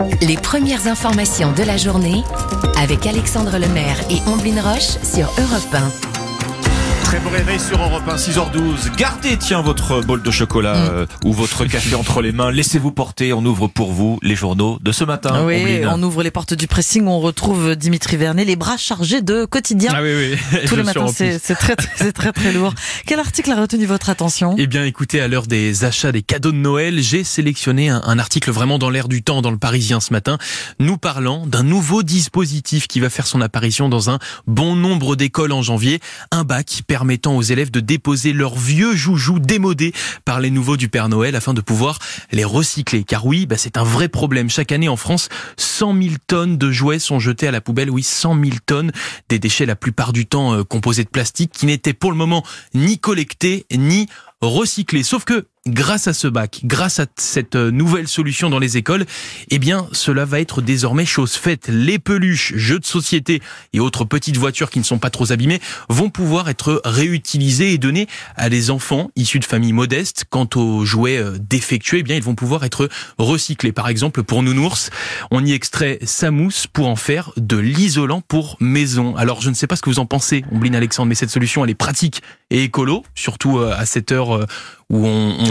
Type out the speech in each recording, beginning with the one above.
Les premières informations de la journée avec Alexandre Lemaire et Omblin Roche sur Europe 1. Très bon réveil sur Europe 1, 6h12. Gardez, votre bol de chocolat ou votre café entre les mains. Laissez-vous porter. On ouvre pour vous les journaux de ce matin. Oui, on ouvre les portes du pressing. On retrouve Dimitri Vernet, les bras chargés de quotidien. Ah oui. Tous les matins, c'est très lourd. Quel article a retenu votre attention ? Eh bien, écoutez, à l'heure des achats des cadeaux de Noël, j'ai sélectionné un article vraiment dans l'air du temps dans le Parisien ce matin, nous parlant d'un nouveau dispositif qui va faire son apparition dans un bon nombre d'écoles en janvier. Un bac permettant aux élèves de déposer leurs vieux joujoux démodés par les nouveaux du Père Noël afin de pouvoir les recycler. Car oui, c'est un vrai problème. Chaque année en France, 100 000 tonnes de jouets sont jetées à la poubelle. Oui, 100 000 tonnes. Des déchets la plupart du temps composés de plastique qui n'étaient pour le moment ni collectés ni recyclés. Sauf que grâce à ce bac, grâce à cette nouvelle solution dans les écoles, cela va être désormais chose faite. Les peluches, jeux de société et autres petites voitures qui ne sont pas trop abîmées vont pouvoir être réutilisées et données à des enfants issus de familles modestes. Quant aux jouets défectueux, ils vont pouvoir être recyclés. Par exemple, pour Nounours, on y extrait sa mousse pour en faire de l'isolant pour maison. Alors, je ne sais pas ce que vous en pensez, Omblin Alexandre, mais cette solution, elle est pratique et écolo, surtout à cette heure où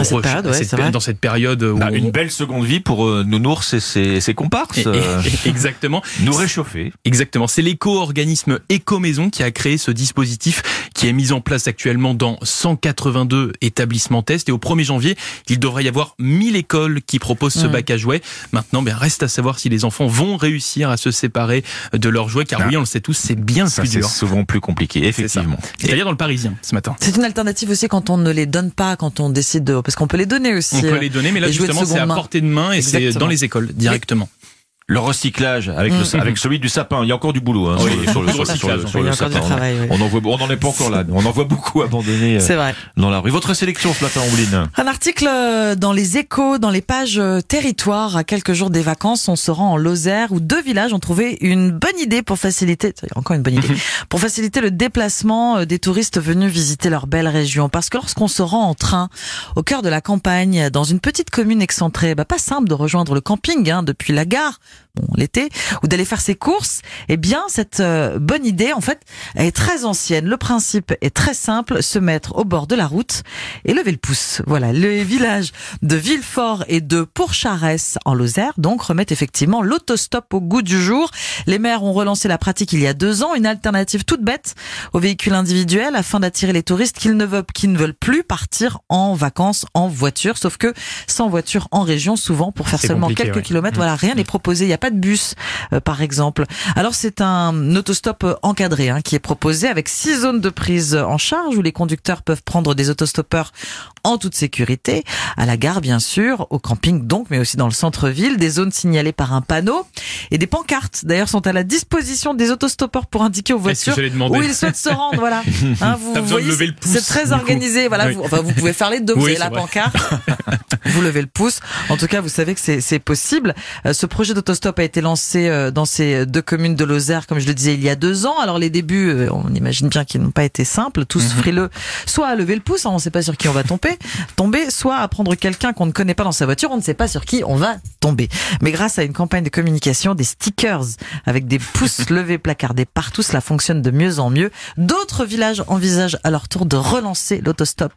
dans cette période où une belle seconde vie pour Nounours et ses comparses. Exactement. Nous réchauffer. Exactement. C'est l'éco-organisme Éco-Maison qui a créé ce dispositif qui est mis en place actuellement dans 182 établissements tests. Et au 1er janvier, il devrait y avoir 1000 écoles qui proposent ce bac à jouets. Maintenant, reste à savoir si les enfants vont réussir à se séparer de leurs jouets. Car oui, on le sait tous, c'est bien plus dur. C'est souvent plus compliqué, effectivement. C'est-à-dire dans le Parisien, ce matin. C'est une alternative aussi quand on ne les donne pas, quand on décide de... Parce qu'on peut les donner aussi. On peut les donner, mais là justement c'est à portée de main et Exactement. c'est dans les écoles directement. Le recyclage avec celui du sapin, il y a encore du boulot sur le sapin. On n'en est pas encore là. On en voit beaucoup abandonnés dans la rue. Votre sélection ce matin, Omblin. Un article dans les Échos, dans les pages territoires. À quelques jours des vacances, on se rend en Lozère où 2 villages ont trouvé une bonne idée pour faciliter, pour faciliter le déplacement des touristes venus visiter leur belle région. Parce que lorsqu'on se rend en train au cœur de la campagne, dans une petite commune excentrée, pas simple de rejoindre le camping depuis la gare. L'été, ou d'aller faire ses courses, cette bonne idée, en fait, elle est très ancienne. Le principe est très simple, se mettre au bord de la route et lever le pouce. Voilà, les villages de Villefort et de Pourcharès en Lozère, donc, remettent effectivement l'autostop au goût du jour. Les maires ont relancé la pratique il y a 2 ans, une alternative toute bête aux véhicules individuels afin d'attirer les touristes qui ne veulent plus partir en vacances en voiture, sauf que sans voiture en région, souvent, pour faire seulement quelques kilomètres, rien n'est proposé. Il n'y a pas de bus, par exemple. Alors, c'est un autostop encadré qui est proposé avec 6 zones de prise en charge où les conducteurs peuvent prendre des autostoppeurs en toute sécurité, à la gare bien sûr, au camping donc, mais aussi dans le centre-ville, des zones signalées par un panneau et des pancartes d'ailleurs sont à la disposition des autostoppeurs pour indiquer aux voitures où ils souhaitent se rendre. Voilà. Vous voyez, lever le pouce, c'est très organisé. Voilà, vous pouvez faire les deux. Vous avez la pancarte, vous levez le pouce. En tout cas, vous savez que c'est possible. Ce projet d'autostop a été lancé dans ces 2 communes de Lozère, comme je le disais, il y a 2 ans. Alors les débuts, on imagine bien qu'ils n'ont pas été simples, tous frileux, soit à lever le pouce, on ne sait pas sur qui on va tomber, soit à prendre quelqu'un qu'on ne connaît pas dans sa voiture, on ne sait pas sur qui on va tomber. Mais grâce à une campagne de communication, des stickers avec des pouces levés placardés partout, cela fonctionne de mieux en mieux. D'autres villages envisagent à leur tour de relancer l'autostop.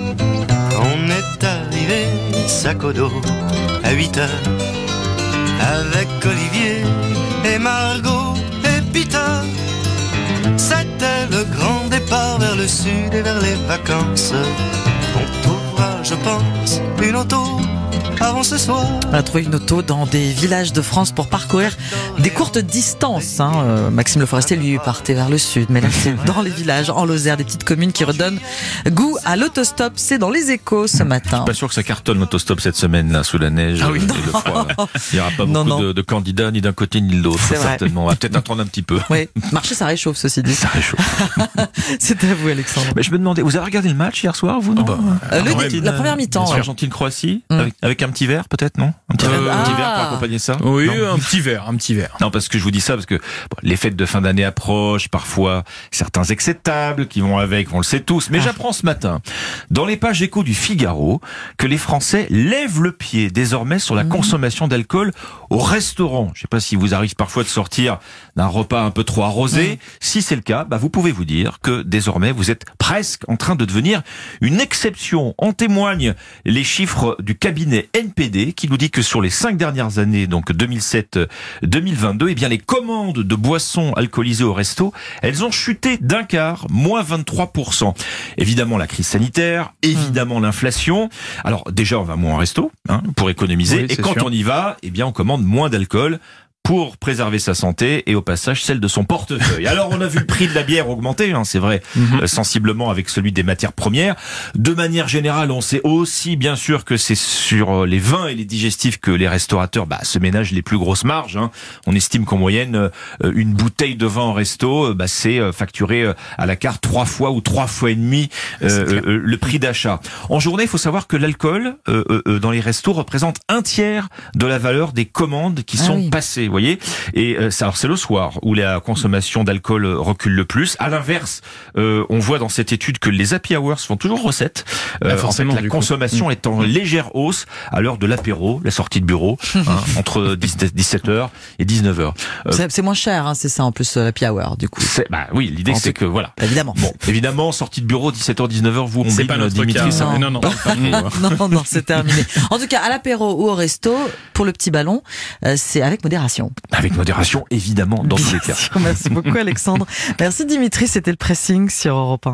On est arrivé sac au dos à 8 heures avec Olivier et Margot et Peter. C'était le grand départ vers le sud et vers les vacances. On trouvera, je pense, une auto avant ce soir. On a trouvé une auto dans des villages de France pour parcourir des courtes distances. Maxime Le Forestier, lui, partait vers le sud. Mais là, c'est dans les villages, en Lozère, des petites communes qui redonnent goût à l'autostop. C'est dans les Échos ce matin. Je suis pas sûr que ça cartonne l'autostop cette semaine, là, sous la neige et le froid. Il n'y aura pas beaucoup de candidats, ni d'un côté, ni de l'autre, certainement. On va peut-être attendre un petit peu. Oui, marché, ça réchauffe, ceci dit. Ça réchauffe. C'est à vous, Alexandre. Mais je me demandais, vous avez regardé le match hier soir, vous, non? La première mi-temps. Argentine-Croatie, avec un petit verre peut-être, non? Un petit verre pour accompagner ça? Oui, non un petit verre. Non, parce que je vous dis ça parce que les fêtes de fin d'année approchent, parfois certains excès de table qui vont avec, on le sait tous. Mais j'apprends ce matin, dans les pages écho du Figaro, que les Français lèvent le pied désormais sur la consommation d'alcool au restaurant. Je sais pas si vous arrive parfois de sortir d'un repas un peu trop arrosé. Si c'est le cas, vous pouvez vous dire que désormais vous êtes presque en train de devenir une exception. En témoignent les chiffres du cabinet NPD qui nous dit que sur les 5 dernières années, donc 2007-2022, eh bien les commandes de boissons alcoolisées au resto, elles ont chuté d'un quart, moins 23%. Évidemment la crise sanitaire, évidemment l'inflation. Alors déjà on va moins au resto pour économiser, et quand on y va, eh bien on commande moins d'alcool pour préserver sa santé et au passage celle de son portefeuille. Alors on a vu le prix de la bière augmenter, c'est vrai, sensiblement avec celui des matières premières. De manière générale, on sait aussi bien sûr que c'est sur les vins et les digestifs que les restaurateurs se ménagent les plus grosses marges. On estime qu'en moyenne, une bouteille de vin en resto, c'est facturé à la carte 3 fois ou 3 fois et demi le prix d'achat. En journée, il faut savoir que l'alcool dans les restos représente 1/3 de la valeur des commandes qui sont passées. Vous voyez, et alors c'est le soir où la consommation d'alcool recule le plus. À l'inverse, on voit dans cette étude que les happy hours font toujours recette. Forcément, la consommation est en légère hausse à l'heure de l'apéro, la sortie de bureau, entre 17h et 19h. C'est moins cher, c'est ça en plus l'happy hour du coup. Oui, l'idée c'est que voilà. Évidemment. Bon, évidemment, sortie de bureau 17h 19h, vous on c'est pas notre Dimitri, cas. Non, non, c'est terminé. En tout cas, à l'apéro ou au resto, pour le petit ballon, c'est avec modération. Avec modération, évidemment, dans tous les cas. Merci beaucoup Alexandre. Merci Dimitri, c'était le pressing sur Europe 1.